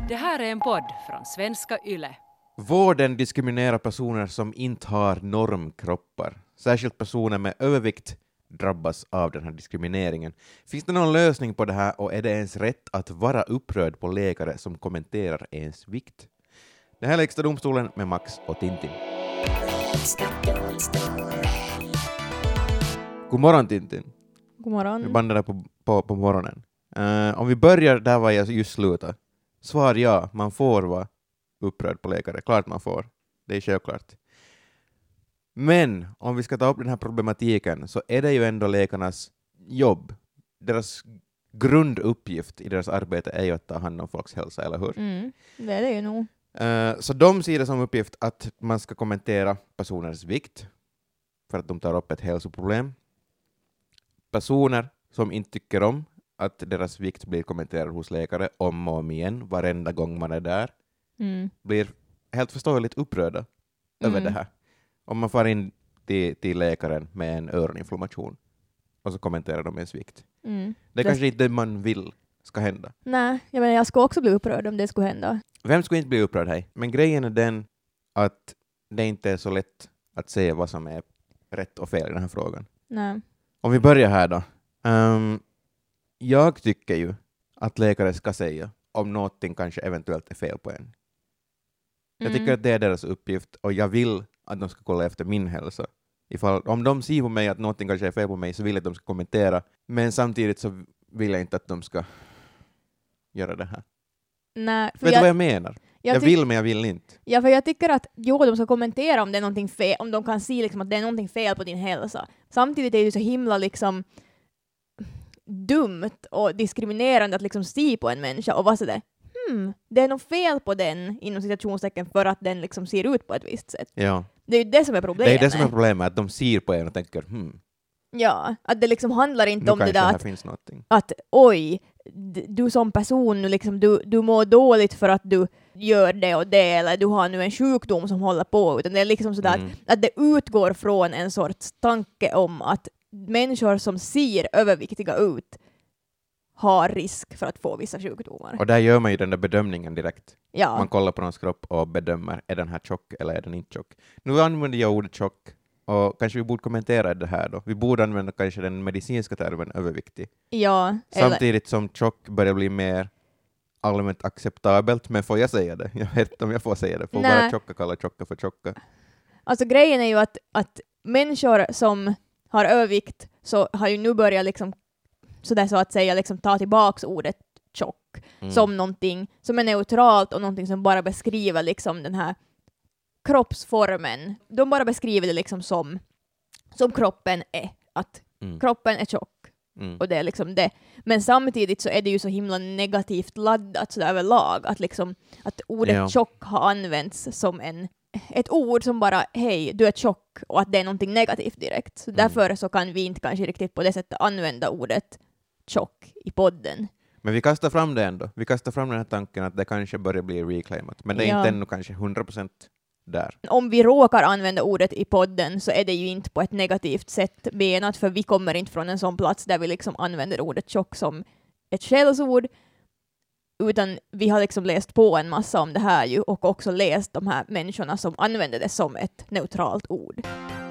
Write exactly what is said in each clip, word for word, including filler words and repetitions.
Det här är en podd från Svenska Yle. Vården diskriminerar personer som inte har normkroppar. Särskilt personer med övervikt drabbas av den här diskrimineringen. Finns det någon lösning på det här och är det ens rätt att vara upprörd på läkare som kommenterar ens vikt? Det här är Lägsta domstolen med Max och Tintin. God morgon Tintin. God morgon. Vi bandade på, på, på morgonen. Uh, om vi börjar där var jag just slutade. Svar ja, man får vara upprörd på läkare. Klart man får. Det är självklart. Men om vi ska ta upp den här problematiken så är det ju ändå läkarnas jobb. Deras grunduppgift i deras arbete är ju att ta hand om folks hälsa, eller hur? Mm, det är det ju nog. Uh, så de ser det som uppgift att man ska kommentera personers vikt för att de tar upp ett hälsoproblem. Personer som inte tycker om att deras vikt blir kommenterad hos läkare om och om igen, varenda gång man är där, Mm. blir helt förståeligt upprörda Mm. över det här. Om man får in till, till läkaren med en öroninflammation och så kommenterar de ens vikt. Mm. Det är Det- kanske inte det man vill ska hända. Nej, jag menar, jag skulle också bli upprörd om det skulle hända. Vem skulle inte bli upprörd här? Men grejen är den att det inte är så lätt att se vad som är rätt och fel i den här frågan. Nej. Om vi börjar här då. Um, jag tycker ju att läkare ska säga om någonting kanske eventuellt är fel på en. Jag Mm. tycker att det är deras uppgift och jag vill att de ska kolla efter min hälsa. Ifall, om de ser på mig att någonting kanske är fel på mig så vill jag att de ska kommentera. Men samtidigt så vill jag inte att de ska göra det här. Nej, för Vet du jag, vad jag menar? Jag, jag, tyck- vill men jag vill inte. ja, för jag tycker att jo, de ska kommentera om det är någonting fel, om de kan se liksom, att det är någonting fel på din hälsa. Samtidigt är det ju så himla liksom dumt och diskriminerande att liksom se på en människa och vara sådär, hmm, det är något fel på den inom citationstecken för att den liksom ser ut på ett visst sätt. Ja. Det är ju det som är Det problemet. är det som är problemet, att de ser på en och tänker hmm, Ja, att det liksom handlar inte nu om det kanske där här att finns någonting. att oj, d- du som person nu liksom, du, du mår dåligt för att du gör det och det, eller du har nu en sjukdom som håller på, utan det är liksom sådär Mm. att, att det utgår från en sorts tanke om att människor som ser överviktiga ut har risk för att få vissa sjukdomar. Och där gör man ju den där bedömningen direkt. Ja, Man kollar på någons kropp och bedömer, är den här tjock eller är den inte tjock? Nu använder jag ordet tjock, och kanske vi borde kommentera det här då. Vi borde använda kanske den medicinska termen överviktig. ja, eller, Samtidigt som tjock börjar bli mer allmänt acceptabelt, men får jag säga det? Jag vet inte om jag får säga det. Får Nej. bara tjocka kalla tjocka för tjocka. alltså grejen är ju att, att människor som har övervikt så har ju nu börjat liksom sådär så att säga liksom ta tillbaks ordet tjock Mm. som någonting som är neutralt och någonting som bara beskriver liksom den här kroppsformen. De bara beskriver det liksom som, som kroppen är. Att Mm. kroppen är tjock Mm. och det är liksom det. Men samtidigt så är det ju så himla negativt laddat så där överlag att, liksom, att ordet Ja. tjock har använts som en, ett ord som bara hej, du är tjock och att det är någonting negativt direkt. Så Mm. därför så kan vi inte kanske riktigt på det sättet använda ordet tjock i podden. Men vi kastar fram det ändå. Vi kastar fram den här tanken att det kanske börjar bli reclaimat. Men det är Ja. inte ännu kanske hundra procent där. Om vi råkar använda ordet i podden så är det ju inte på ett negativt sätt menat, för vi kommer inte från en sån plats där vi liksom använder ordet tjock som ett skällsord, utan vi har liksom läst på en massa om det här ju och också läst de här människorna som använder det som ett neutralt ord.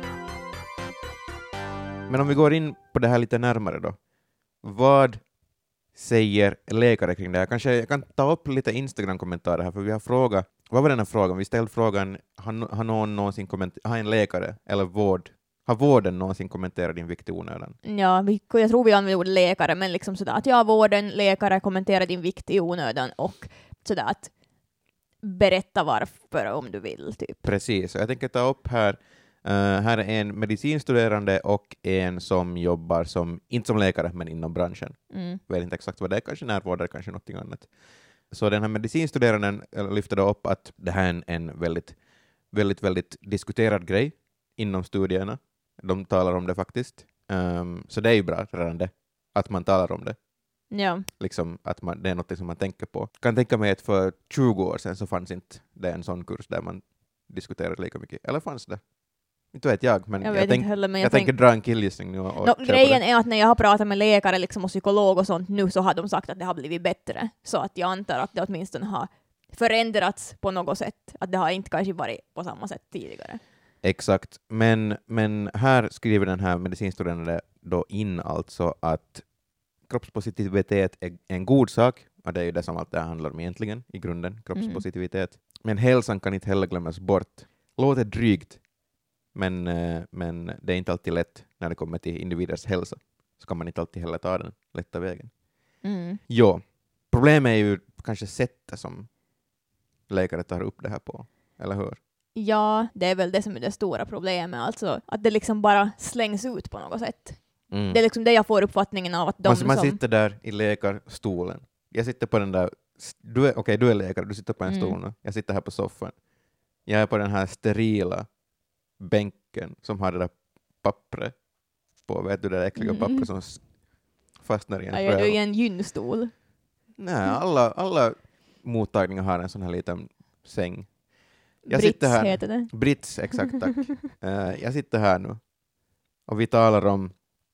Men om vi går in på det här lite närmare då. Vad säger läkare kring det här? Kanske jag kan ta upp lite Instagram-kommentarer här, för vi har frågat, vad var den här frågan? Vi ställde frågan, har, har någon någonsin kommenterat, har en läkare eller vård, har vården någonsin kommenterat din vikt i onödan? Ja, vi, jag tror vi använder ordet läkare, men liksom sådär att ja, vården, läkare kommenterar din vikt i onödan och sådär att berätta varför om du vill, typ. Precis, så jag tänker ta upp här, uh, här är en medicinstuderande och en som jobbar som, inte som läkare, men inom branschen. Mm. Jag vet inte exakt vad det är, kanske närvårdare, kanske någonting annat. Så den här medicinstuderanden lyfter då upp att det här är en, en väldigt, väldigt, väldigt diskuterad grej inom studierna. De talar om det faktiskt. Um, så det är ju bra redan det, att man talar om det. Ja. Liksom att man, det är något som man tänker på. Jag kan tänka mig att för tjugo år sedan så fanns inte det en sån kurs där man diskuterade lika mycket. Eller fanns det? Inte vet jag, men Jag jag, vet tänk, inte heller, men jag, jag, tänker tänk... dra en killgissning nu. Och no, köpa grejen det. är att när jag har pratat med läkare liksom, och psykolog och sånt nu så har de sagt att det har blivit bättre. Så att jag antar att det åtminstone har förändrats på något sätt. Att det har inte kanske varit på samma sätt tidigare. Exakt, men, men här skriver den här medicinstudenten då in alltså att kroppspositivitet är en god sak, och det är ju det som allt det här handlar om egentligen i grunden, kroppspositivitet. Mm. Men hälsan kan inte heller glömmas bort. Låter drygt, men, men det är inte alltid lätt när det kommer till individers hälsa. Så kan man inte alltid heller ta den lätta vägen. Mm. Jo, problemet är ju kanske sättet som läkare tar upp det här på, eller hur? Ja, det är väl det som är det stora problemet. Alltså att det liksom bara slängs ut på något sätt. Mm. Det är liksom det jag får uppfattningen av att de man, man som... sitter där i läkarstolen. Jag sitter på den där... Du är, okej, okay, du är läkare, du sitter på en Mm. stol nu. Jag sitter här på soffan. Jag är på den här sterila bänken som har det där pappret på. Vet du, det där äckliga Mm. pappret som s- fastnar i en Ja, jag är röv. i en gynstol. Nej, alla, alla mottagningar har en sån här liten säng. Jag Brits sitter här. heter det. Brits, exakt, tack. uh, jag sitter här nu och vi talar om,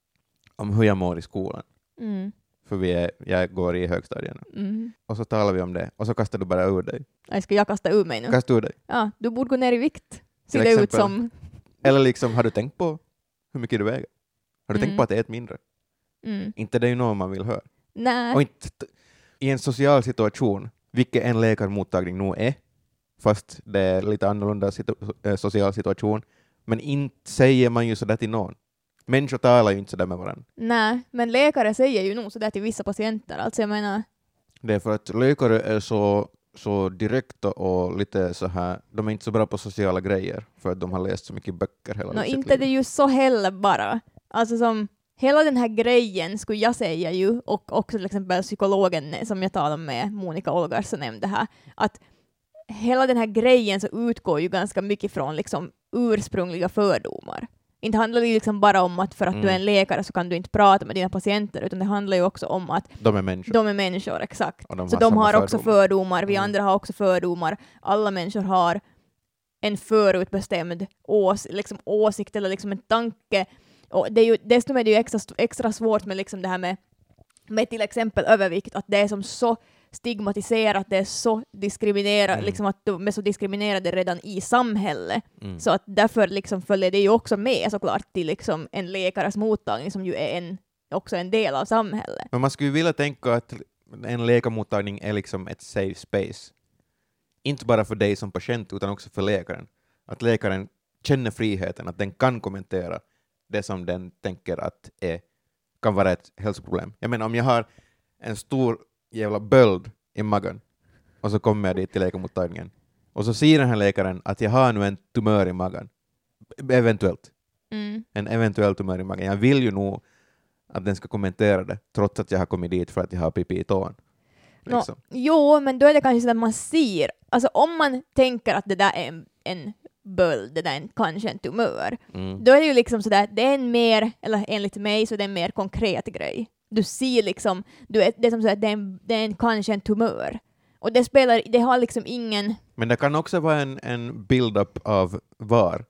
om hur jag mår i skolan. Mm. För vi är, jag går i högstadiet nu. Mm. Och så talar vi om det. Och så kastar du bara ur dig. Jag ska jag kasta ur mig nu? Kasta ur dig. Ja, du borde gå ner i vikt. Ser Till det ut exempel. som... Eller liksom, har du tänkt på hur mycket du väger? Har du Mm. tänkt på att äta mindre? Mm. Inte det är ju något man vill höra. Nej. Och inte t- i en social situation, vilket en läkarmottagning nog är, fast det är lite annorlunda situ- äh, social situation, men inte säger man ju sådär till någon. Människor talar ju inte sådär med varandra. Nej, men läkare säger ju nog sådär till vissa patienter. Alltså jag menar... Det är för att läkare är så, så direkta och lite så här, de är inte så bra på sociala grejer för att de har läst så mycket böcker hela No, sitt inte liv. det ju så heller bara. Alltså som hela den här grejen skulle jag säga ju, och också till exempel psykologen som jag talade med, Monica Olgarsson, nämnde här, att hela den här grejen så utgår ju ganska mycket från liksom ursprungliga fördomar. Inte handlar det ju liksom bara om att för att Mm. du är en läkare så kan du inte prata med dina patienter, utan det handlar ju också om att De är människor. de är människor, exakt. Och de Så har de samma har också fördomar. fördomar, vi Mm. andra har också fördomar. Alla människor har en förutbestämd ås, liksom åsikt eller liksom en tanke. Och det är ju, dessutom är det ju extra, extra svårt med liksom det här med, med till exempel övervikt, att det är som så stigmatiserat, det är så diskriminerat, Mm. liksom att de är så diskriminerade redan i samhället. Mm. Så att därför liksom följer det ju också med såklart till liksom en läkares mottagning som ju är en, också en del av samhället. Men man skulle vilja tänka att en läkarmottagning är liksom ett safe space. Inte bara för dig som patient utan också för läkaren. Att läkaren känner friheten, att den kan kommentera det som den tänker att är, kan vara ett hälsoproblem. Jag menar, om jag har en stor jävla böld i magen och så kommer jag dit till läkarmottagningen och så säger den här läkaren att jag har nu en tumör i magen. Eventuellt. Mm. En eventuell tumör i magen. Jag vill ju nog att den ska kommentera det, trots att jag har kommit dit för att jag har pipi i tån. Liksom. No, jo, men då är det kanske så att man ser, alltså om man tänker att det där är en, en böld, det där är en, kanske en tumör, Mm. då är det ju liksom sådär, det är en mer, eller enligt mig så är det en mer konkret grej. Du ser liksom, du är, det är som så att det är, en, det är en, kanske en tumör. Och det spelar, det har liksom ingen... Men det kan också vara en, en build-up av var.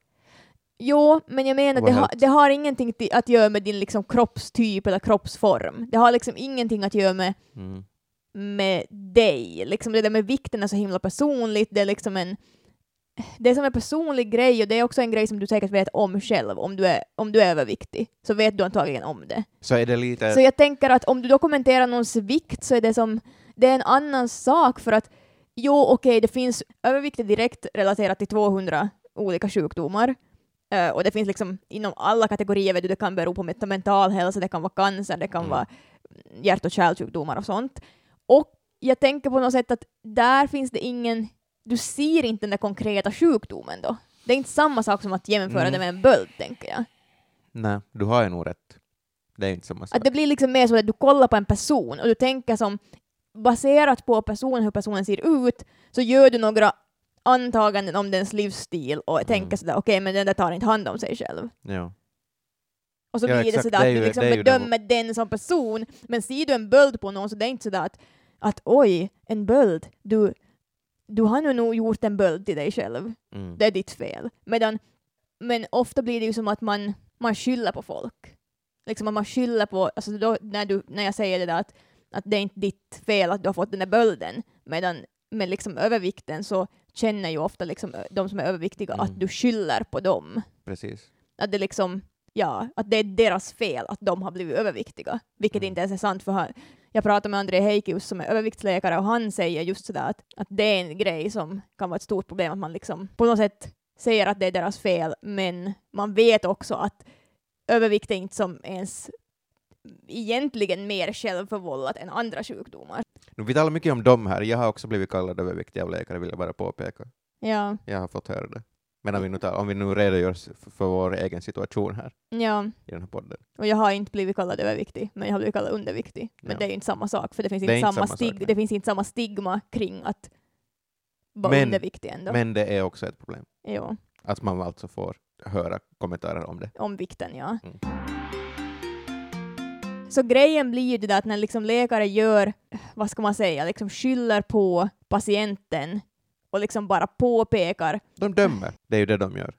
Jo, men jag menar, Vad det, ha, helt- det har ingenting till, att göra med din liksom kroppstyp eller kroppsform. Det har liksom ingenting att göra med, Mm. med dig. Liksom det där med vikten är så himla personligt. Det är liksom en... Det är som en personlig grej, och det är också en grej som du säkert vet om själv. Om du är, om du är överviktig så vet du antagligen om det. Så är det lite... Så jag tänker att om du dokumenterar någons vikt så är det som, det är en annan sak, för att jo okej, okay, det finns övervikt är direkt relaterat till tvåhundra olika sjukdomar. Uh, och det finns liksom inom alla kategorier, vet du, det kan bero på meta- mental hälsa, det kan vara cancer, det kan Mm. vara hjärt- och kärlsjukdomar och sånt. Och jag tänker på något sätt att där finns det ingen, du ser inte den där konkreta sjukdomen då. Det är inte samma sak som att jämföra Mm. det med en böld, tänker jag. Nej, du har ju nog rätt. Det är inte samma sak. Att det blir liksom mer så att du kollar på en person och du tänker som, baserat på personen, hur personen ser ut, så gör du några antaganden om dens livsstil och Mm. tänker sådär, okej, okay, men den där tar inte hand om sig själv. Ja. Och så Ja, blir det exakt. sådär Det är att ju- du liksom det är ju bedömer den som person, men ser du en böld på någon så det är inte sådär att, att oj, en böld, du, du har nu nog gjort en böld till dig själv. Mm. Det är ditt fel. Medan, men ofta blir det ju som att man, man skyller på folk. Liksom att man skyller på, alltså då, när, du, när jag säger det där att, att det är inte ditt fel att du har fått den där bölden, medan med liksom övervikten så känner ju ofta liksom de som är överviktiga Mm. att du skyller på dem. Precis. Att det liksom, ja, att det är deras fel att de har blivit överviktiga. Vilket Mm. inte ens är sant, för han, jag pratade med André Heikius som är överviktsläkare och han säger just sådär att, att det är en grej som kan vara ett stort problem, att man liksom på något sätt säger att det är deras fel, men man vet också att övervikt är inte som ens egentligen mer självförvållat än andra sjukdomar. Nu, vi talar mycket om dem här. Jag har också blivit kallad överviktig av läkare, vill jag bara påpeka. Ja, Jag har fått höra det. Men om vi nu, tar, om vi nu redogör för, för vår egen situation här ja. i den här podden. Och jag har inte blivit kallad överviktig, men jag har blivit kallad underviktig. Men Ja. det är ju inte samma sak, för det finns Det är inte, inte samma, samma stig- sak, nej. det finns inte samma stigma kring att vara Men- underviktig ändå. Men det är också ett problem. Jo, Att man alltså får höra kommentarer om det. om vikten, ja. Mm. Så grejen blir ju det där att när liksom läkare gör, vad ska man säga, liksom skyller på patienten och liksom bara påpekar. De dömer. Det är ju det de gör.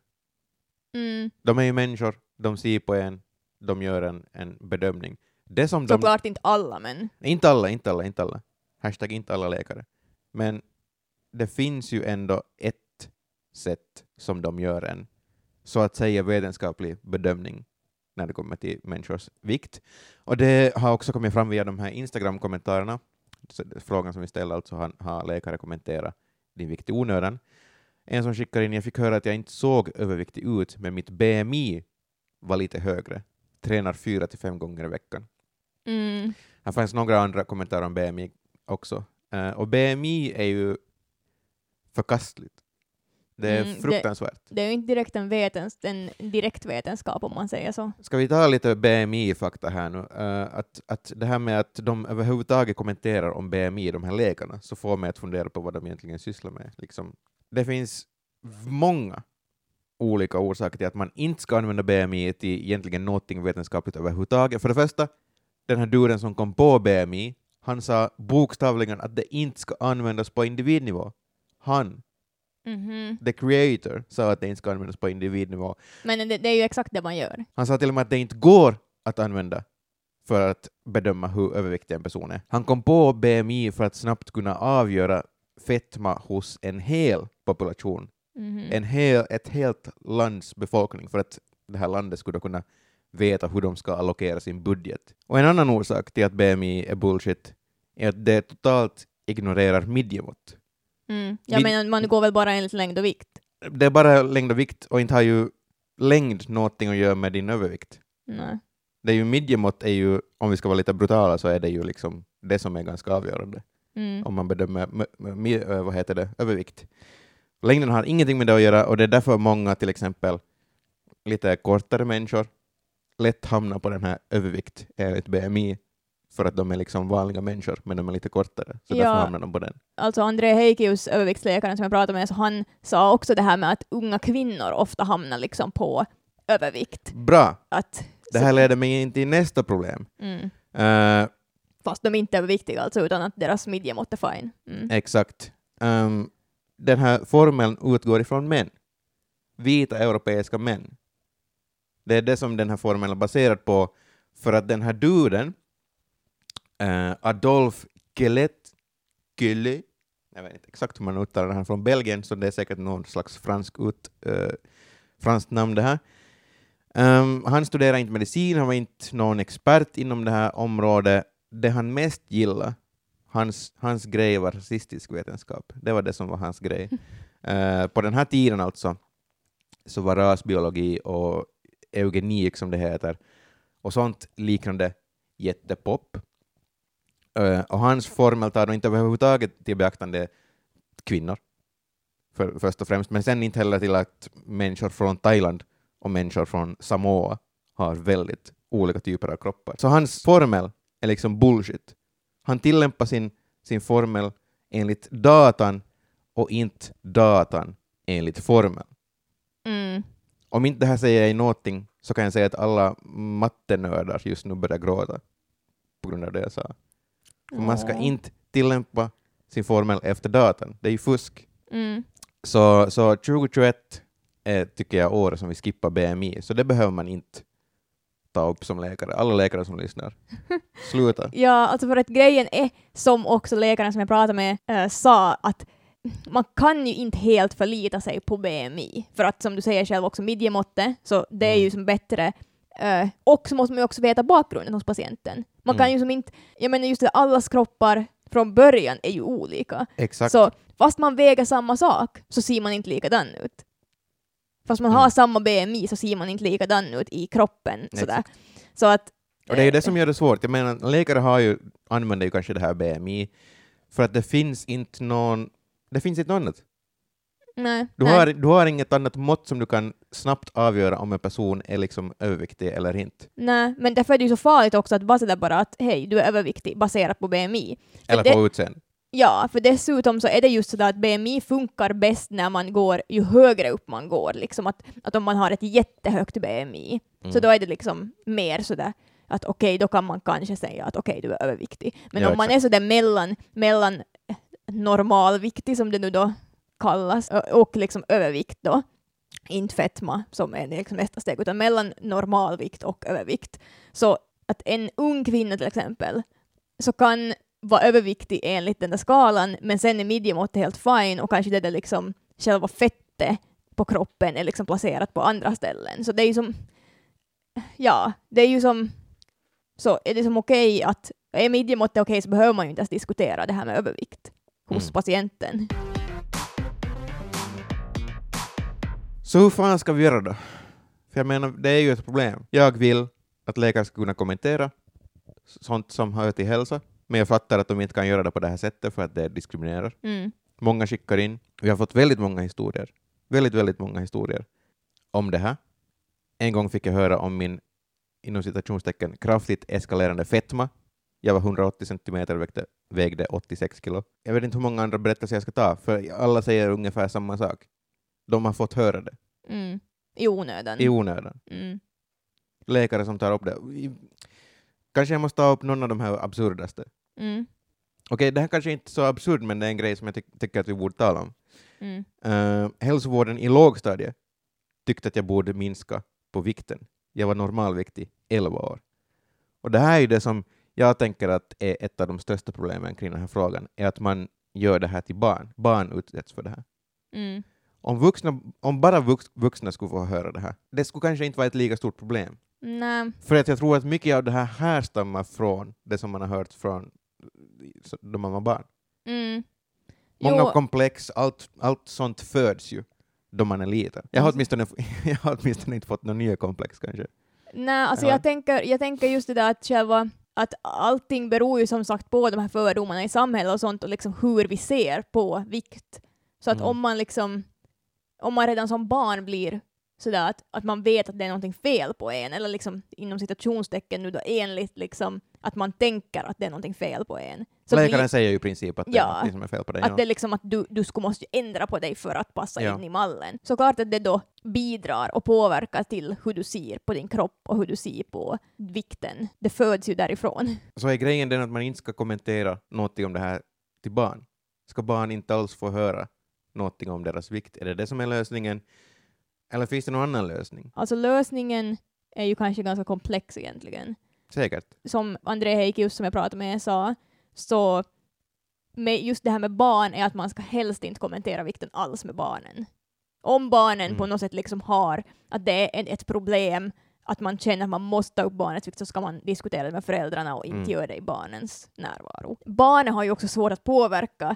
Mm, De är ju människor. De ser på en. De gör en, en bedömning. Det som de... såklart inte alla, men Inte alla, inte alla, inte alla. Hashtag inte alla läkare. Men det finns ju ändå ett sätt som de gör en så att säga vetenskaplig bedömning när det kommer till människors vikt. Och det har också kommit fram via de här Instagram-kommentarerna. Så frågan som vi ställer, alltså har, har läkare kommenterat din vikt i onödan. En som skickar in, jag fick höra att jag inte såg överviktig ut, men mitt B M I var lite högre. Tränar fyra till fem gånger i veckan. mm, Här fanns några andra kommentarer om B M I också. Uh, och B M I är ju förkastligt. Det är Mm, det- fruktansvärt. det är ju inte direkt en, vetens, en direkt vetenskap om man säger så. Ska vi ta lite B M I-fakta här nu? Uh, att, att det här med att de överhuvudtaget kommenterar om B M I, de här läkarna, så får mig att fundera på vad de egentligen sysslar med. Liksom, det finns många olika orsaker till att man inte ska använda B M I till egentligen någonting vetenskapligt överhuvudtaget. För det första, den här duden som kom på B M I, han sa bokstavligen att det inte ska användas på individnivå. Han, Mhm. the creator, sa att det inte ska användas på individnivå. Men det, det är ju exakt det man gör. Han sa till och med att det inte går att använda för att bedöma hur överviktig en person är. Han kom på B M I för att snabbt kunna avgöra fetma hos en hel population. Mhm. En hel, ett helt lands befolkning, för att det här landet skulle kunna veta hur de ska allokera sin budget. Och en annan orsak till att B M I är bullshit är att det totalt ignorerar midjemått. Mm. Jag Vid- menar, man går väl bara enligt längd och vikt? Det är bara längd och vikt, och inte har ju längd någonting att göra med din övervikt. Nej. Det är ju midjemått är ju, om vi ska vara lite brutala, så är det ju liksom det som är ganska avgörande Mm. om man bedömer m- m- mi- vad heter det, övervikt. Längden har ingenting med det att göra, och det är därför många, till exempel lite kortare människor, lätt hamnar på den här övervikt enligt B M I, för att de är liksom vanliga människor, men de är lite kortare. Så Ja. därför hamnar de på den. Alltså André Heikius, överviktsläkaren som jag pratade med, så han sa också det här med att unga kvinnor ofta hamnar liksom på övervikt. Bra! Att, Det här leder mig in till nästa problem. mm. Uh, Fast de inte är överviktiga alltså, utan att deras midjemått är fine. Mm. Exakt. Um, den här formeln utgår ifrån män. Vita europeiska män. Det är det som den här formeln är baserad på, för att den här duden, uh, Adolf Gillet, Gillet, jag vet inte exakt hur man uttalar det här, från Belgien, så det är säkert någon slags fransk ut, uh, franskt namn det här. Um, han studerade inte medicin, han var inte någon expert inom det här området. Det han mest gillade, Hans, hans grej var rasistisk vetenskap. Det var det som var hans grej. Uh, på den här tiden alltså så var rasbiologi och eugenik, som det heter, och sånt liknande jättepop. Uh, och hans formel tar då inte överhuvudtaget till beaktande kvinnor, för, först och främst, men sen inte heller till att människor från Thailand och människor från Samoa har väldigt olika typer av kroppar. Så hans formel är liksom bullshit. Han tillämpar sin, sin formel enligt datan och inte datan enligt formeln. Mm. Om inte det här säger jag någonting, så kan jag säga att alla mattenördar just nu börjar gråta på grund av det jag sa. För man ska Åh. inte tillämpa sin formel efter datan. Det är ju fusk. Mm. Så, så tjugo tjugoett är, tycker jag, året som vi skippar B M I, så det behöver man inte ta upp som läkare. Alla läkare som lyssnar. Sluta. Ja, alltså för att grejen är, som också läkaren som jag pratade med äh, sa, att man kan ju inte helt förlita sig på B M I. För att som du säger själv också midjemåttet, så det är ju som bättre. Uh, och så måste man ju också veta bakgrunden hos patienten. Man kan Mm. ju som inte, jag menar just det, allas kroppar från början är ju olika. Exakt. Så fast man väger samma sak så ser man inte likadan ut. Fast man Mm. har samma B M I så ser man inte likadan ut i kroppen. Sådär. Exakt. Så att, Och det är ju det som gör det svårt. Jag menar, läkare har ju, använder ju kanske det här B M I för att det finns inte någon, det finns inte något annat. nej, Du nej. har, du har inget annat mått som du kan snabbt avgöra om en person är liksom överviktig eller inte. nej, men därför är det ju så farligt också att vara sådär bara att hej, du är överviktig baserat på B M I. För Eller det- på utseende. Ja, för dessutom så är det just sådär att B M I funkar bäst när man går, ju högre upp man går. Liksom att, att om man har ett jättehögt B M I, Mm. så då är det liksom mer sådär att okej, då kan man kanske säga att okej, du är överviktig. Men Ja, om man exakt. är sådär mellan, mellan eh, normalviktig, som det nu då kallas, och, och liksom övervikt då, inte fetma som är liksom nästa steg, utan mellan normalvikt och övervikt. Så att en ung kvinna till exempel så kan vara överviktig enligt den där skalan, men sen är midjemåttet helt fine och kanske det där liksom själva fettet på kroppen är liksom placerat på andra ställen. Så det är ju som, ja, det är ju som, så är det som okej att, är midjemåttet okej så behöver man ju inte ens diskutera det här med övervikt hos Mm. patienten. Så hur fan ska vi göra då? För jag menar, det är ju ett problem. Jag vill att läkare ska kunna kommentera sånt som hör till hälsa, men jag fattar att de inte kan göra det på det här sättet för att det diskriminerar. Mm. Många skickar in. Vi har fått väldigt många historier. Väldigt, väldigt många historier om det här. En gång fick jag höra om min, inom citationstecken, kraftigt eskalerande fetma. Jag var hundraåttio centimeter och vägde, vägde åttiosex kilo. Jag vet inte hur många andra berättelser jag ska ta, för alla säger ungefär samma sak. De har fått höra det Mm. I onödan. i onödan. Mm. Läkare som tar upp det. I- Kanske jag måste ta upp någon av de här absurdaste. Mm. Okej, det här kanske inte är så absurd, men det är en grej som jag ty- tycker att vi borde tala om. Mm. Uh, hälsovården i lågstadiet tyckte att jag borde minska på vikten. Jag var normalviktig i elva år. Och det här är ju det som jag tänker att är ett av de största problemen kring den här frågan, är att man gör det här till barn. Barn utsätts för det här. Mm. Om, vuxna, om bara vux, vuxna skulle få höra det här, det skulle kanske inte vara ett lika stort problem. Nej. För att jag tror att mycket av det här härstammar från det som man har hört från då man var barn. Mm. Många Jo. komplex, allt, allt sånt föds ju då man är liten. Jag har Alltså- åtminstone, jag har åtminstone inte fått några nya komplex kanske. Nej, alltså Eller? jag tänker, jag tänker just det där att själva, att allting beror ju som sagt på de här fördomarna i samhället och sånt och liksom hur vi ser på vikt. Så att Mm. om man liksom, om man redan som barn blir sådär att, att man vet att det är någonting fel på en, eller liksom inom citationstecken nu då enligt liksom att man tänker att det är någonting fel på en. Så Läkaren blir, säger ju i princip att det Ja, är något som är fel på dig. att Ja. det är liksom att du, du skulle måste ändra på dig för att passa Ja. in i mallen. Så klart att det då bidrar och påverkar till hur du ser på din kropp och hur du ser på vikten. Det föds ju därifrån. Så är grejen den att man inte ska kommentera någonting om det här till barn. Ska barn inte alls få höra någonting om deras vikt? Är det det som är lösningen? Eller finns det någon annan lösning? Alltså lösningen är ju kanske ganska komplex egentligen. Säkert. Som André Heikius som jag pratade med sa, så med just det här med barn är att man ska helst inte kommentera vikten alls med barnen. Om barnen Mm. på något sätt liksom har att det är ett problem, att man känner att man måste ta upp barnets vikt, så ska man diskutera det med föräldrarna och inte Mm. göra det i barnens närvaro. Barnen har ju också svårt att påverka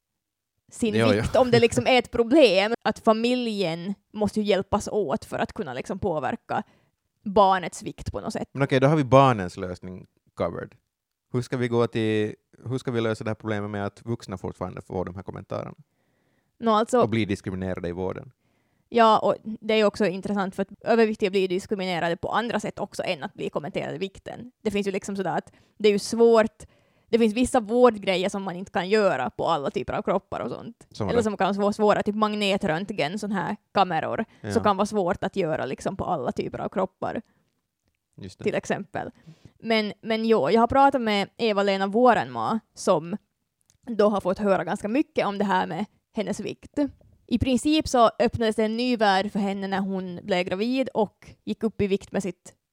sin Ja, ja. vikt om det liksom är ett problem. Att familjen måste ju hjälpas åt för att kunna liksom påverka barnets vikt på något sätt. Men okej, då har vi barnens lösning covered. Hur ska vi gå till, hur ska vi lösa det här problemet med att vuxna fortfarande får de här kommentarerna Nå, alltså, och blir diskriminerade i vården? ja, och det är också intressant för att överviktiga blir diskriminerade på andra sätt också än att bli kommenterade i vikten. Det finns ju liksom sådär att det är ju svårt, det finns vissa vårdgrejer som man inte kan göra på alla typer av kroppar och sånt. Som Eller det? som kan vara svåra, typ magnetröntgen, sån här kameror, Ja, så kan vara svårt att göra liksom på alla typer av kroppar. just det. Till exempel. Men, men jo, jag har pratat med Eva-Lena Vuorenmaa som då har fått höra ganska mycket om det här med hennes vikt. I princip så öppnades det en ny värld för henne när hon blev gravid och gick upp i vikt med sitt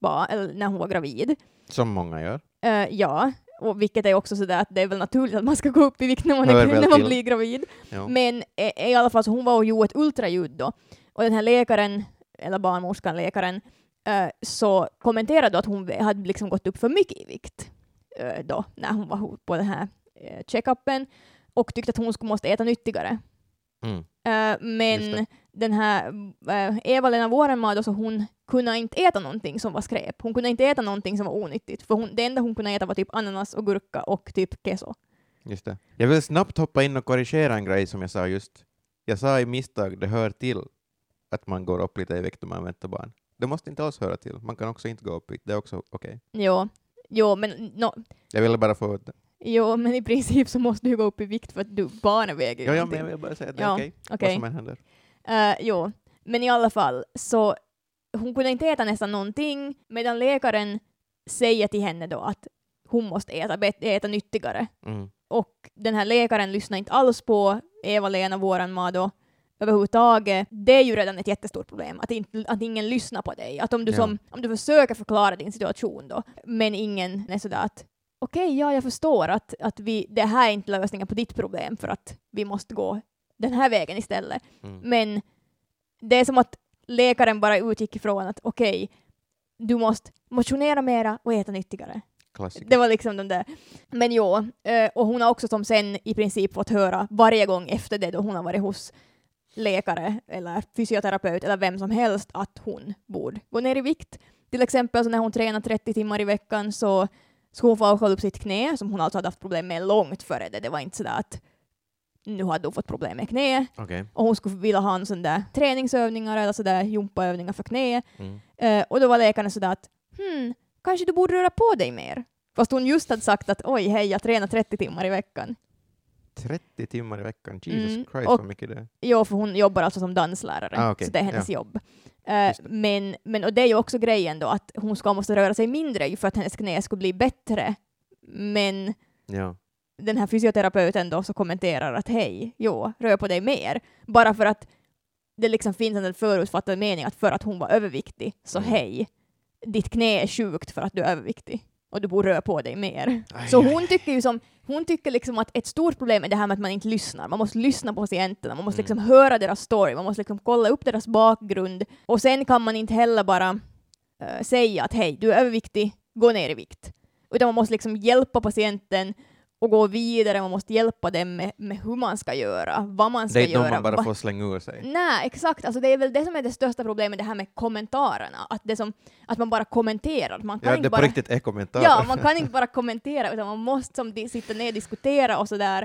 ba, eller när hon var gravid. Som många gör. Uh, ja, och vilket är också sådär att det är väl naturligt att man ska gå upp i vikt när man, Hör är, väl när man till. blir gravid. Ja. Men eh, i alla fall så hon var och gjorde ett ultraljud då. Och den här läkaren, eller barnmorskan, läkaren, uh, så kommenterade då att hon hade liksom gått upp för mycket i vikt uh, då, när hon var på den här uh, check-upen. Och tyckte att hon skulle måste äta nyttigare. Mm. Uh, men den här uh, Eva-Lena Vuorenmaa då, så hon kunde inte äta någonting som var skräp. Hon kunde inte äta någonting som var onyttigt. För hon, det enda hon kunde äta var typ ananas och gurka och typ keso. Just det. Jag vill snabbt hoppa in och korrigera en grej som jag sa just. Jag sa i misstag, det hör till att man går upp lite i vikt om man väntar barn. Det måste inte alls höra till. Man kan också inte gå upp i vikt. Det är också okej. Okay. Jo, jo, men no. Jag ville bara få det. Jo, men i princip så måste du gå upp i vikt för att du barnen väger Ja, ja, någonting. men jag vill bara säga att det är Ja, okej. okej. Vad som än händer. Uh, jo, men i alla fall så hon kunde inte äta nästan någonting, medan läkaren säger till henne då att hon måste äta, äta nyttigare. Mm. Och den här läkaren lyssnar inte alls på Eva-Lena Vuorenmaa då överhuvudtaget. Det är ju redan ett jättestort problem, att, inte, att ingen lyssnar på dig. Att om du, Ja. som, om du försöker förklara din situation då, men ingen är sådär att okej, okay, ja, jag förstår att, att vi, det här är inte lösningen på ditt problem för att vi måste gå den här vägen istället. Mm. Men det är som att läkaren bara utgick ifrån att okej, okay, du måste motionera mera och äta nyttigare. Klassiker. Det var liksom de där. Men jo, och hon har också som sen i princip fått höra varje gång efter det då hon har varit hos läkare eller fysioterapeut eller vem som helst att hon borde gå ner i vikt. Till exempel så när hon tränar trettio timmar i veckan så skulle hon få avskala upp sitt knä som hon alltså hade haft problem med långt före det. Det var inte sådär att nu hade hon fått problem med knä. Okay. Och hon skulle vilja ha en sån där träningsövningar eller sådär jumpaövningar för knä. Mm. Uh, och då var läkaren sådär att hmm, kanske du borde röra på dig mer. Fast hon just hade sagt att oj, hej, jag tränar trettio timmar i veckan. trettio timmar i veckan? Jesus Mm. Christ, och, vad mycket det är. Jo, för hon jobbar alltså som danslärare. Ah, okay. Så det är hennes ja. jobb. Uh, men, men och det är ju också grejen då att hon ska måste röra sig mindre för att hennes knä skulle bli bättre. Men Ja. den här fysioterapeuten då så kommenterar att hej, jo, rör på dig mer. Bara för att det liksom finns en förutfattad mening att för att hon var överviktig så Mm. hej, ditt knä är sjukt för att du är överviktig och du borde röra på dig mer. Aj, så aj. hon tycker ju som, hon tycker liksom att ett stort problem är det här med att man inte lyssnar. Man måste lyssna på patienterna, man måste Mm. liksom höra deras story, man måste liksom kolla upp deras bakgrund och sen kan man inte heller bara uh, säga att hej, du är överviktig, gå ner i vikt. Utan man måste liksom hjälpa patienten och gå vidare, man måste hjälpa dem med, med hur man ska göra, vad man ska Det är inte göra. någon man bara va- får slänga ur sig. Nej, exakt. Alltså, det är väl det som är det största problemet, det här med kommentarerna. Att, det som, att man bara kommenterar. Man kan Ja, inte det på bara, riktigt är kommentarer. ja, man kan inte bara kommentera, utan man måste som, di- sitta ner och diskutera och sådär.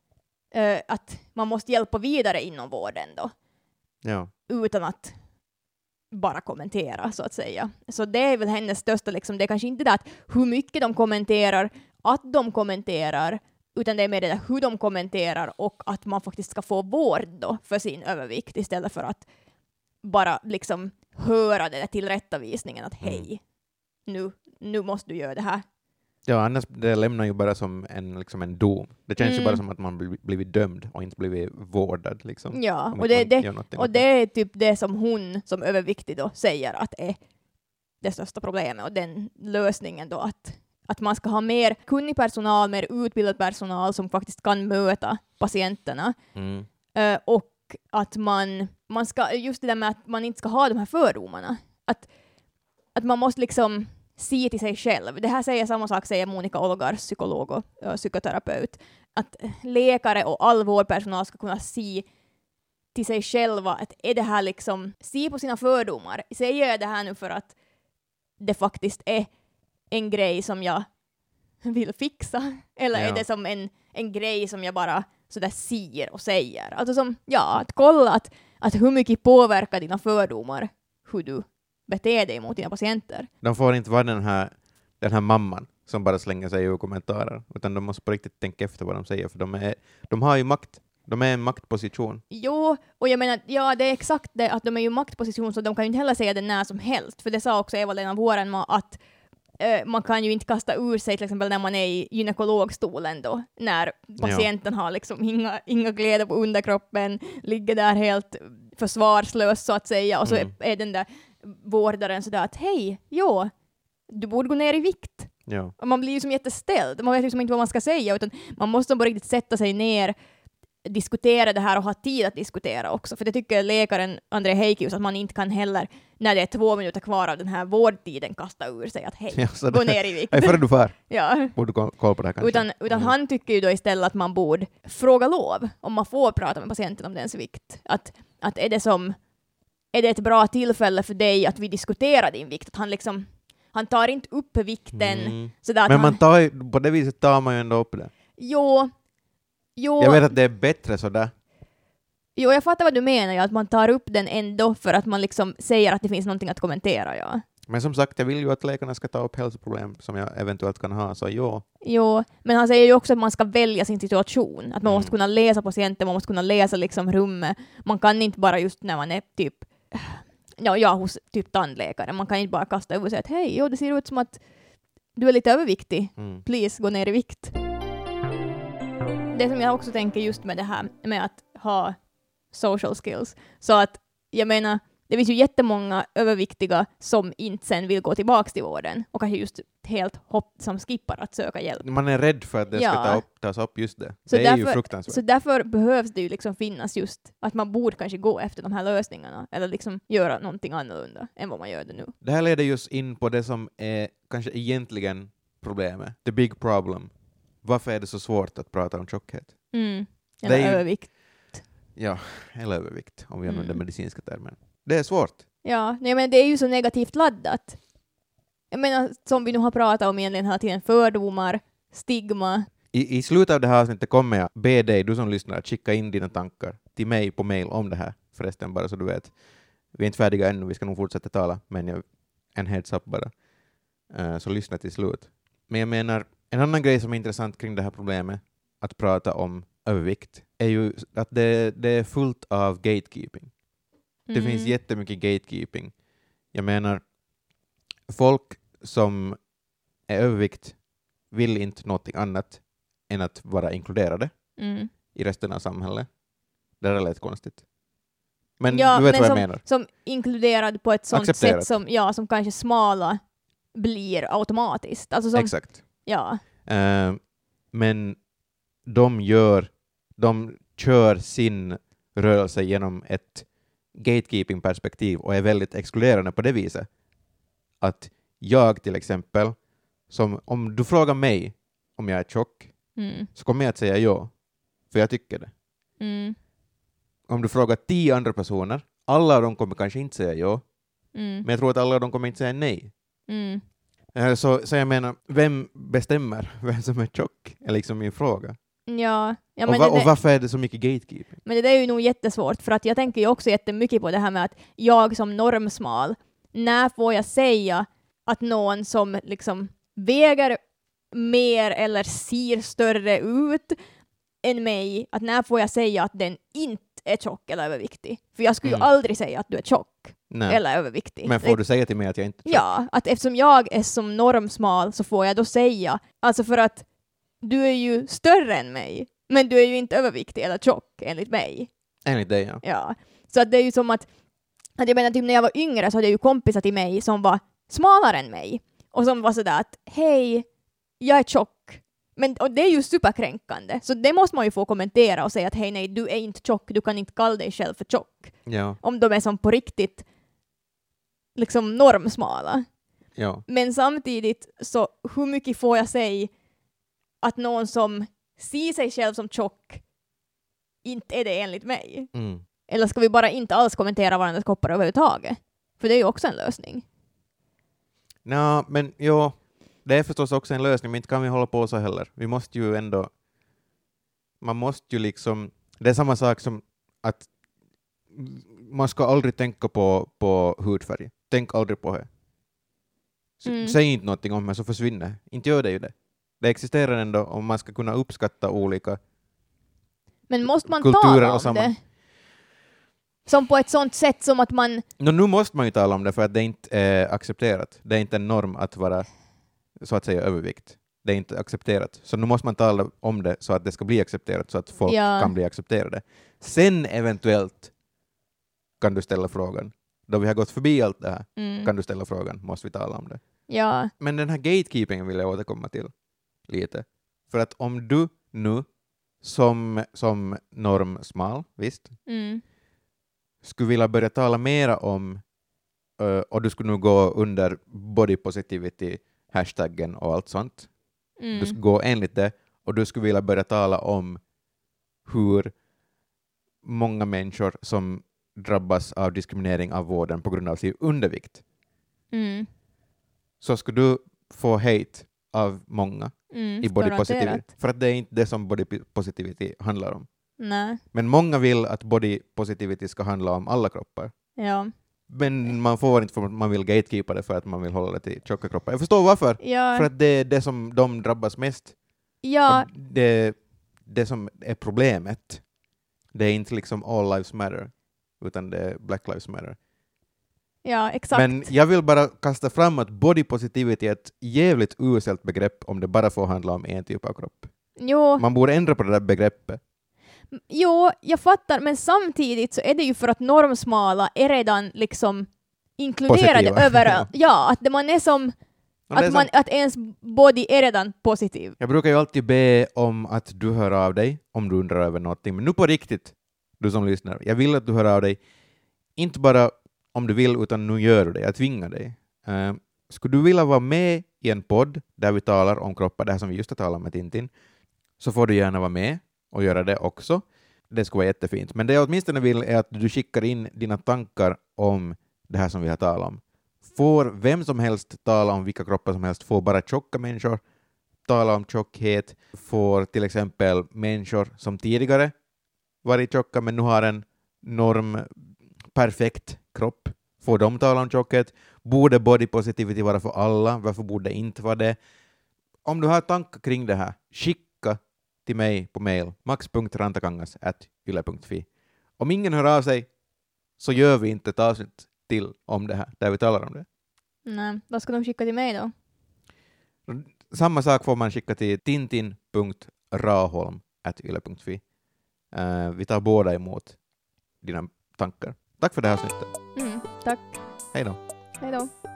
Uh, att man måste hjälpa vidare inom vården då. Ja. Utan att bara kommentera, så att säga. Så det är väl hennes största, liksom, det är kanske inte det att hur mycket de kommenterar, att de kommenterar, utan det är mer det där hur de kommenterar och att man faktiskt ska få vård då för sin övervikt istället för att bara liksom höra den där tillrättavisningen att Mm. hej, nu, nu måste du göra det här. Ja, annars det lämnar ju bara som en, liksom en dom. Det känns Mm. ju bara som att man bli- blivit dömd och inte blivit vårdad. Liksom. Ja, Om och det, inte man det, gör någonting och åt det är typ det som hon som överviktig då säger att är det största problemet och den lösningen då att, att man ska ha mer kunnig personal, mer utbildad personal som faktiskt kan möta patienterna. Mm. Uh, och att man, man ska, just det där med att man inte ska ha de här fördomarna. Att, att man måste liksom se till sig själv. Det här säger samma sak, säger Monica Olgar, psykolog och uh, psykoterapeut. Att läkare och all vårdpersonal ska kunna se till sig själva att är det här liksom, se på sina fördomar. Säger jag det här nu för att det faktiskt är en grej som jag vill fixa? Eller Ja. är det som en, en grej som jag bara sådär säger och säger? Alltså som, ja, att kolla att, att hur mycket påverkar dina fördomar hur du beter dig mot dina patienter. De får inte vara den här, den här mamman som bara slänger sig ur kommentarer, utan de måste på riktigt tänka efter vad de säger, för de, är, de har ju makt. De är en maktposition. Jo, och jag menar, ja, det är exakt det att de är ju maktposition, så de kan ju inte heller säga det när som helst. För det sa också Eva-Lena Vuorenmaa att eh, man kan ju inte kasta ur sig till exempel när man är i gynekologstolen då, när patienten ja. har liksom inga, inga kläder på underkroppen, ligger där helt försvarslös så att säga, och så Mm. är, är den där vårdaren sådär att hej, jo, du borde gå ner i vikt. Ja. Och man blir ju som jätteställd. Man vet liksom inte vad man ska säga, utan man måste bara riktigt sätta sig ner, diskutera det här och ha tid att diskutera också. För det tycker läkaren André Heikius att man inte kan heller, när det är två minuter kvar av den här vårdtiden, kasta ur sig att hej, Ja, så gå det- ner i vikt. Nej, före du far. Ja. Borde du kolla på det här kanske. Utan, utan Mm. han tycker ju då istället att man borde fråga lov om man får prata med patienten om dens vikt. Att, att är det som är det ett bra tillfälle för dig att vi diskuterar din vikt? Att han liksom han tar inte upp vikten Mm. sådär att Men han, man tar, ju- på det viset tar man ju ändå upp det. jo, jo, Jag vet att det är bättre sådär. jo, jag fattar vad du menar, ja, att man tar upp den ändå för att man liksom säger att det finns någonting att kommentera, ja. Men som sagt, jag vill ju att läkarna ska ta upp hälsoproblem som jag eventuellt kan ha, så jo. Jo, men han säger ju också att man ska välja sin situation. Att man Mm. måste kunna läsa patienten, man måste kunna läsa liksom rummet. Man kan inte bara just när man är typ ja, ja, hos typ tandläkare, man kan inte bara kasta över och säga att hej, jo, det ser ut som att du är lite överviktig. Mm. Please, gå ner i vikt. Det som jag också tänker just med det här med att ha social skills. Så att, jag menar, det finns ju jättemånga överviktiga som inte sen vill gå tillbaka till vården och kanske just helt hopp som skippar att söka hjälp. Man är rädd för att det Ja. ska ta upp, tas upp just det. Så det är ju därför- fruktansvärt. Så därför behövs det ju liksom finnas just att man borde kanske gå efter de här lösningarna eller liksom göra någonting annorlunda än vad man gör det nu. Det här leder just in på det som är kanske egentligen problemet. The big problem. Varför är det så svårt att prata om tjockhet? Mm. Det Eller är ju- övervikt. Ja, eller övervikt, om vi använder Mm. medicinska termer. Det är svårt. Ja, nej, men det är ju så negativt laddat. Jag menar, som vi nu har pratat om egentligen hela tiden, fördomar, stigma. I, I slutet av det här avsnittet kommer jag be dig, du som lyssnar, att skicka in dina tankar till mig på mail om det här. Förresten, bara så du vet. Vi är inte färdiga ännu, vi ska nog fortsätta tala, men jag, en heads up bara. Uh, så lyssna till slut. Men jag menar, en annan grej som är intressant kring det här problemet, att prata om övervikt, är ju att det, det är fullt av gatekeeping. Det Mm. finns jättemycket gatekeeping. Jag menar, folk som är övervikt vill inte något annat än att vara inkluderade Mm. i resten av samhället. Det är lätt konstigt. Men Ja, du vet men vad som, jag menar. som inkluderad på ett sånt Accepterat. sätt som, ja, som kanske smala blir automatiskt. Alltså som, Exakt. ja. Eh, men de gör, de kör sin rörelse genom ett gatekeeping-perspektiv och är väldigt exkluderande på det viset. Att jag till exempel, som, om du frågar mig om jag är tjock, Mm. så kommer jag att säga ja, för jag tycker det. Mm. Om du frågar tio andra personer, alla av dem kommer kanske inte säga ja, Mm. men jag tror att alla av dem kommer inte säga nej. Mm. Eh, Så, så jag menar, vem bestämmer vem som är tjock? Är liksom min fråga. Ja, ja och, men, va, det, och varför är det så mycket gatekeeping? men det där är ju nog jättesvårt, för att jag tänker ju också jättemycket på det här med att jag som normsmal, när får jag säga att någon som liksom väger mer eller ser större ut än mig, att när får jag säga att den inte är tjock eller överviktig? För jag skulle Mm. ju aldrig säga att du är tjock Nej. eller överviktig. Men får du säga till mig att jag inte är tjock? Ja, att eftersom jag är som normsmal så får jag då säga, alltså för att du är ju större än mig, men du är ju inte överviktig eller tjock enligt mig. Enligt dig, ja. Ja. Så att det är ju som att, att jag menar typ när jag var yngre så hade jag ju kompisar till mig som var smalare än mig och som var sådär att hej, jag är tjock. Men, och det är ju superkränkande, så det måste man ju få kommentera och säga att hej nej, du är inte tjock, du kan inte kalla dig själv för tjock. Ja, Om de är som på riktigt liksom normsmala. ja. Men samtidigt, så hur mycket får jag säga att någon som ser sig själv som tjock inte är det enligt mig? Mm. Eller ska vi bara inte alls kommentera varandras kroppar överhuvudtaget? För det är ju också en lösning. Nå, men jo, det är förstås också en lösning, men inte kan vi hålla på så heller. Vi måste ju ändå, man måste ju liksom, det är samma sak som att man ska aldrig tänka på, på hudfärg. Tänk aldrig på det. S- Mm. Säg inte någonting om det så försvinner. Inte gör det ju det. Det existerar ändå om man ska kunna uppskatta olika. Men måste man Kulturer tala och om samma- det? Som på ett sånt sätt som att man... Nå, nu måste man ju tala om det för att det inte är accepterat. Det är inte en norm att vara så att säga övervikt. Det är inte accepterat. Så nu måste man tala om det så att det ska bli accepterat, så att folk Ja. kan bli accepterade. Sen eventuellt kan du ställa frågan. Då vi har gått förbi allt det här Mm. kan du ställa frågan, måste vi tala om det? Ja. Men den här gatekeepingen vill jag återkomma till lite. För att om du nu som, som normsmal, visst, Mm. skulle vilja börja tala mera om uh, och du skulle nu gå under body positivity hashtaggen och allt sånt. Mm. Du skulle gå enligt det och du skulle vilja börja tala om hur många människor som drabbas av diskriminering av vården på grund av sin undervikt. Mm. Så skulle du få hate av många Mm. i body positivity. Garanterat. För att det är inte det som body positivity handlar om. Nej. Men många vill att body positivity ska handla om alla kroppar. Ja. Men man får inte för att man vill gatekeepa det för att man vill hålla det till tjocka kroppar. Jag förstår varför. Ja. För att det är det som de drabbas mest. Ja. Och det, det som är problemet, det är inte liksom all lives matter, utan det är black lives matter. Ja, exakt. Men jag vill bara kasta fram att body positivity är ett jävligt uselt begrepp om det bara får handla om en typ av kropp. Jo. Man borde ändra på det där begreppet. Jo, jag fattar, men samtidigt så är det ju för att normsmala är redan liksom inkluderade Positiva. överallt. Ja, att det man är som Och det är att, man, som- att ens body är redan positiv. Jag brukar ju alltid be om att du hör av dig om du undrar över någonting, men nu på riktigt, du som lyssnar, jag vill att du hör av dig, inte bara om du vill, utan nu gör du det, jag tvingar dig. Uh, skulle du vilja vara med i en podd där vi talar om kroppar, det här som vi just har talat med Tintin, så får du gärna vara med och göra det också. Det skulle vara jättefint. Men det jag åtminstone vill är att du skickar in dina tankar om det här som vi har talat om. Får vem som helst tala om vilka kroppar som helst, får bara tjocka människor tala om tjockhet, får till exempel människor som tidigare varit tjocka men nu har en norm perfekt kropp, får de tala om tjockhet. Borde body positivity vara för alla? Varför borde det inte vara det? Om du har tankar kring det här, skicka till mig på mail max punkt rantakangas at yle punkt fi. Om ingen hör av sig så gör vi inte ett avsnitt till om det här, där vi talar om det. Nej, vad ska de skicka till mig då? Samma sak får man skicka till tintin punkt raholm at yle punkt fi. Uh, vi tar båda emot dina tankar. Tack för det här avsnittet. Mm, tack. Hej då. Hej då.